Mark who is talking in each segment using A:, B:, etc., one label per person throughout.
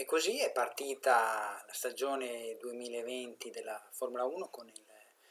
A: E così è partita la stagione 2020 della Formula 1 con il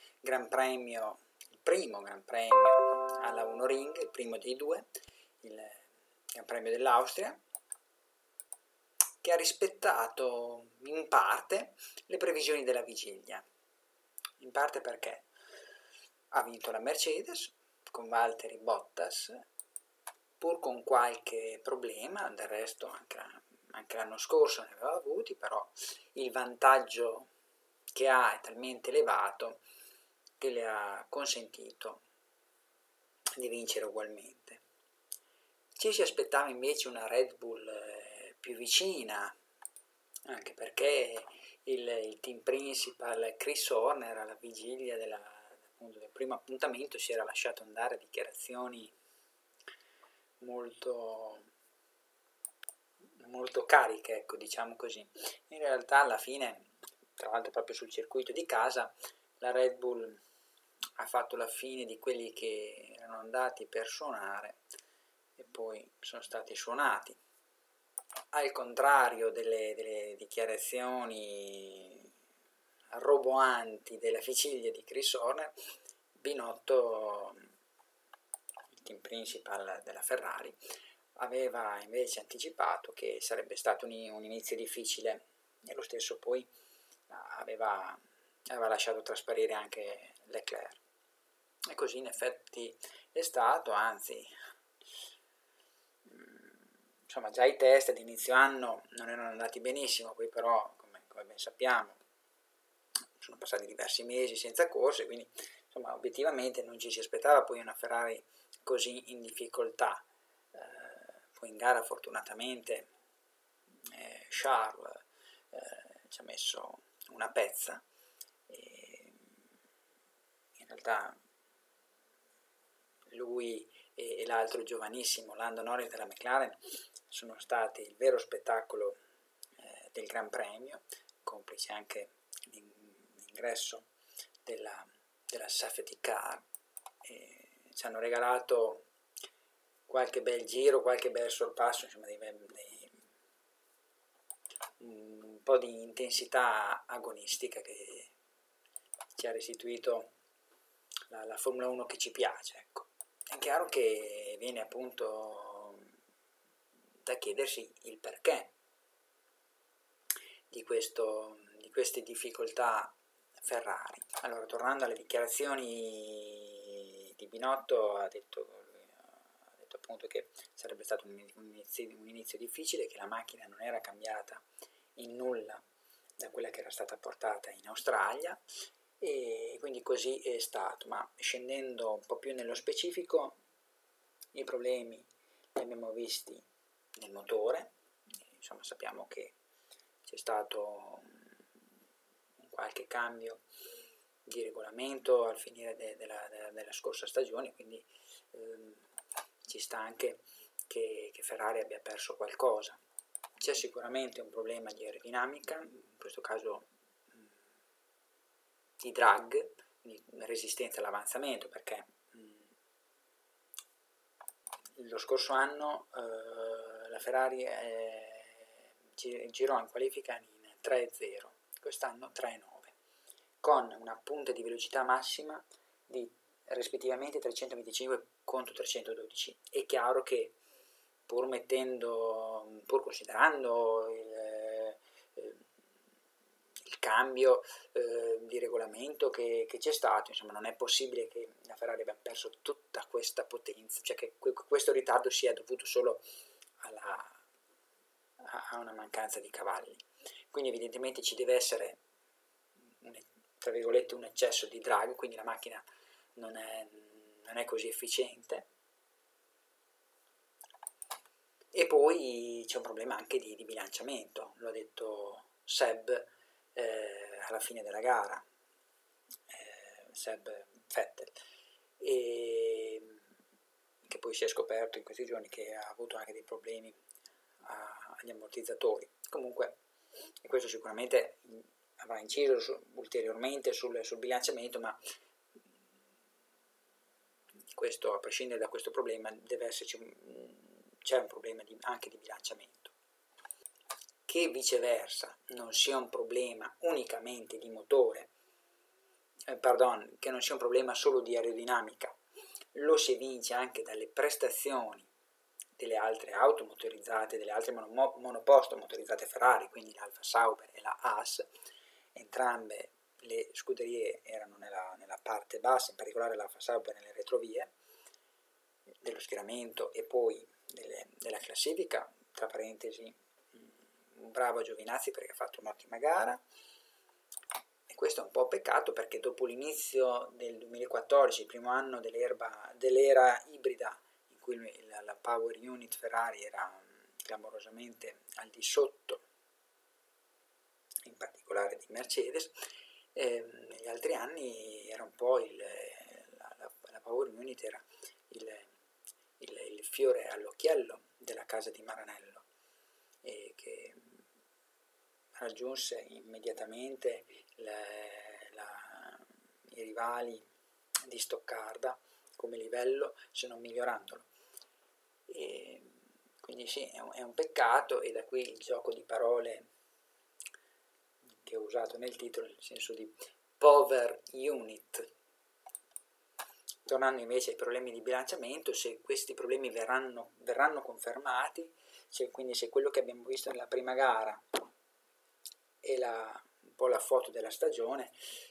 A: primo Gran Premio alla Hungaroring, il primo dei due, il Gran Premio dell'Austria, che ha rispettato in parte le previsioni della vigilia. In parte perché ha vinto la Mercedes con Valtteri Bottas, pur con qualche problema, del resto anche l'anno scorso ne aveva avuti, però il vantaggio che ha è talmente elevato che le ha consentito di vincere ugualmente. Ci si aspettava invece una Red Bull più vicina, anche perché il team principal Chris Horner alla vigilia del primo appuntamento si era lasciato andare a dichiarazioni molto cariche, ecco, diciamo così. In realtà alla fine, tra l'altro proprio sul circuito di casa, la Red Bull ha fatto la fine di quelli che erano andati per suonare e poi sono stati suonati. Al contrario delle dichiarazioni roboanti della vigilia di Chris Horner, Binotto, il team principal della Ferrari, aveva invece anticipato che sarebbe stato un inizio difficile e lo stesso poi aveva lasciato trasparire anche Leclerc. E così in effetti è stato, anzi, insomma, già i test ad inizio anno non erano andati benissimo, poi però, come ben sappiamo, sono passati diversi mesi senza corse, quindi insomma obiettivamente non ci si aspettava poi una Ferrari così in difficoltà. Poi in gara fortunatamente Charles ci ha messo una pezza e in realtà lui e l'altro giovanissimo Lando Norris della McLaren sono stati il vero spettacolo del Gran Premio, complice anche l'ingresso della safety car, e ci hanno regalato qualche bel giro, qualche bel sorpasso, insomma un po' di intensità agonistica che ci ha restituito la Formula 1 che ci piace, ecco. È chiaro che viene appunto da chiedersi il perché di queste difficoltà Ferrari. Allora, tornando alle dichiarazioni di Binotto, ha detto appunto che sarebbe stato un inizio difficile, che la macchina non era cambiata in nulla da quella che era stata portata in Australia, e quindi così è stato. Ma scendendo un po' più nello specifico, i problemi li abbiamo visti nel motore. Insomma, sappiamo che c'è stato qualche cambio di regolamento al finire della scorsa stagione, quindi ci sta anche che Ferrari abbia perso qualcosa. C'è sicuramente un problema di aerodinamica, in questo caso di drag, quindi resistenza all'avanzamento, perché lo scorso anno la Ferrari girò in qualifica in 3.0, quest'anno 3.9, con una punta di velocità massima di rispettivamente 325 contro 312. È chiaro che pur considerando il cambio di regolamento che c'è stato, insomma, non è possibile che la Ferrari abbia perso tutta questa potenza, cioè che questo ritardo sia dovuto solo a una mancanza di cavalli. Quindi evidentemente ci deve essere tra virgolette un eccesso di drag, quindi la macchina non è così efficiente. E poi c'è un problema anche di bilanciamento, lo ha detto Seb alla fine della gara, Seb Vettel, e che poi si è scoperto in questi giorni che ha avuto anche dei problemi agli ammortizzatori. Comunque, e questo sicuramente avrà inciso ulteriormente sul bilanciamento, ma questo, a prescindere da questo problema, deve esserci c'è un problema anche di bilanciamento che viceversa non sia un problema unicamente di motore, che non sia un problema solo di aerodinamica, lo si evince anche dalle prestazioni delle altre auto motorizzate, delle altre monoposto motorizzate Ferrari, quindi l'Alfa Sauber e la Haas. Entrambe le scuderie erano nella parte bassa, in particolare l'Alfa Sauber nelle retrovie dello schieramento e poi della classifica. Tra parentesi, un bravo Giovinazzi perché ha fatto un'ottima gara, e questo è un po' peccato perché dopo l'inizio del 2014, il primo anno dell'era ibrida, in cui la power unit Ferrari era clamorosamente al di sotto, in particolare di Mercedes, negli altri anni era un po' la power unit era il fiore all'occhiello della casa di Maranello, che raggiunse immediatamente i rivali di Stoccarda come livello, se non migliorandolo. E quindi sì, è un peccato, e da qui il gioco di parole che ho usato nel titolo, nel senso di power unit. Tornando invece ai problemi di bilanciamento, se questi problemi verranno confermati, quindi se quello che abbiamo visto nella prima gara è un po' la foto della stagione,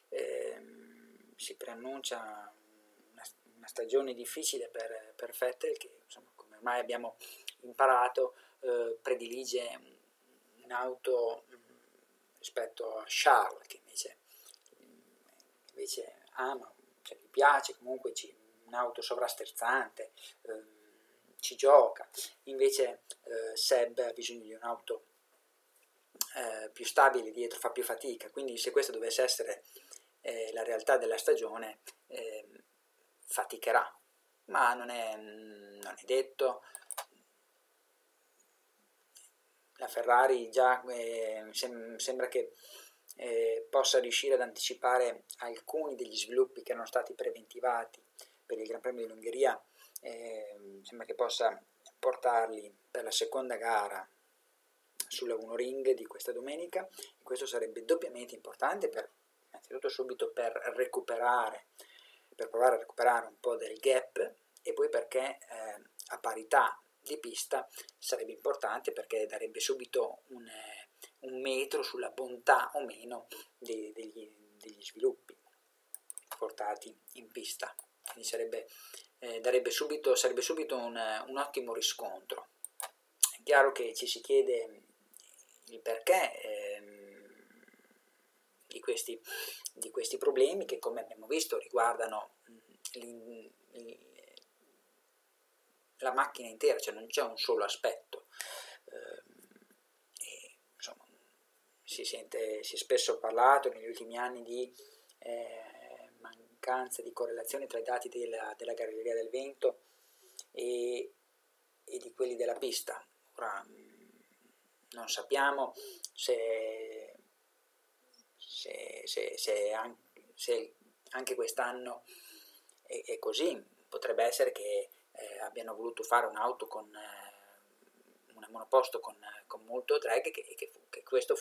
A: si preannuncia una stagione difficile per Vettel, che insomma, come ormai abbiamo imparato, predilige un'auto rispetto a Charles, che invece ama, cioè gli piace comunque un'auto sovrasterzante, ci gioca. Invece Seb ha bisogno di un'auto più stabile dietro, fa più fatica. Quindi se questa dovesse essere la realtà della stagione, faticherà, ma non è detto. La Ferrari già sembra che possa riuscire ad anticipare alcuni degli sviluppi che erano stati preventivati per il Gran Premio dell'Ungheria, sembra che possa portarli per la seconda gara sulla 1 Ring di questa domenica, e questo sarebbe doppiamente importante innanzitutto subito per provare a recuperare un po' del gap, e poi perché a parità di pista sarebbe importante, perché darebbe subito un metro sulla bontà o meno degli sviluppi portati in pista. Quindi sarebbe subito un ottimo riscontro. È chiaro che ci si chiede il perché di questi problemi, che come abbiamo visto riguardano la macchina intera, cioè non c'è un solo aspetto. E, insomma, si è spesso parlato negli ultimi anni di mancanza di correlazione tra i dati della Galleria del Vento e di quelli della pista. Ora non sappiamo se anche quest'anno è così. Potrebbe essere che abbiano voluto fare un'auto con una monoposto con molto drag, che questo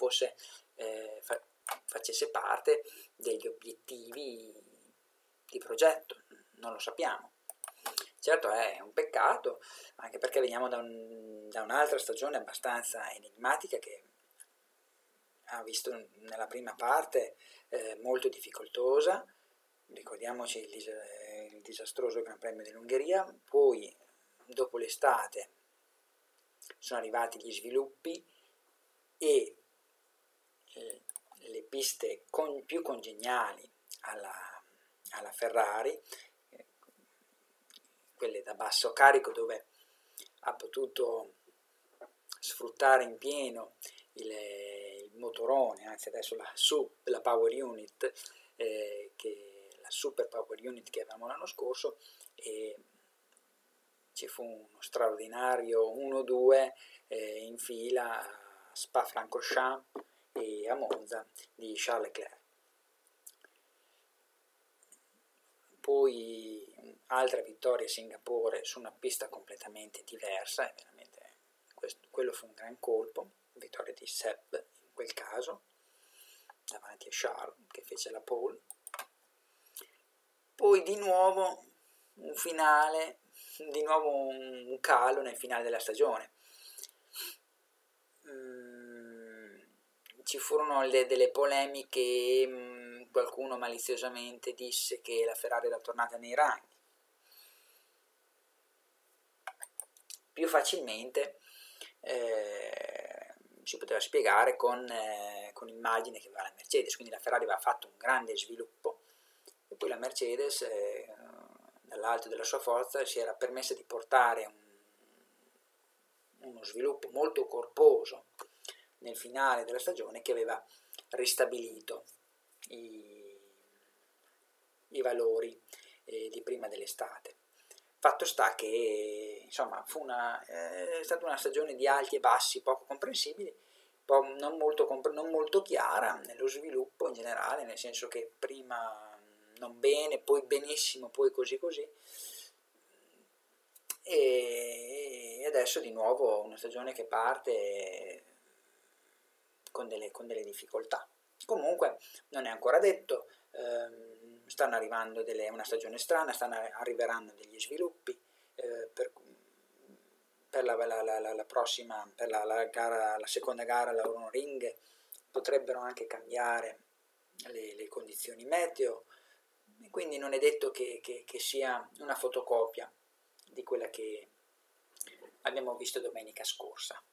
A: facesse parte degli obiettivi di progetto. Non lo sappiamo. Certo è un peccato, anche perché veniamo da un'altra stagione abbastanza enigmatica, che ha visto nella prima parte molto difficoltosa. Ricordiamoci il disastroso Gran Premio dell'Ungheria. Poi dopo l'estate sono arrivati gli sviluppi e le piste più congeniali alla Ferrari, quelle da basso carico, dove ha potuto sfruttare in pieno il motorone, anzi adesso la power unit, la super power unit che avevamo l'anno scorso, e ci fu uno straordinario 1-2 in fila a Spa-Francorchamps e a Monza di Charles Leclerc. Poi altra vittoria a Singapore su una pista completamente diversa, e veramente quello fu un gran colpo. vittoria di Seb in quel caso, davanti a Charles che fece la pole. Poi di nuovo un finale, di nuovo un calo nel finale della stagione. Ci furono delle polemiche, qualcuno maliziosamente disse che la Ferrari era tornata nei ranghi. Più facilmente si poteva spiegare con l'immagine che aveva la Mercedes, quindi la Ferrari aveva fatto un grande sviluppo e poi la Mercedes dall'alto della sua forza si era permessa di portare uno sviluppo molto corposo nel finale della stagione che aveva ristabilito i valori di prima dell'estate. Fatto sta che insomma è stata una stagione di alti e bassi poco comprensibili, non molto chiara nello sviluppo in generale, nel senso che prima non bene, poi benissimo, poi così così, e adesso di nuovo una stagione che parte con delle difficoltà. Comunque non è ancora detto, stanno arrivando una stagione strana, arriveranno degli sviluppi per la prossima, per la seconda gara, la Ring, potrebbero anche cambiare le condizioni meteo, e quindi non è detto che sia una fotocopia di quella che abbiamo visto domenica scorsa.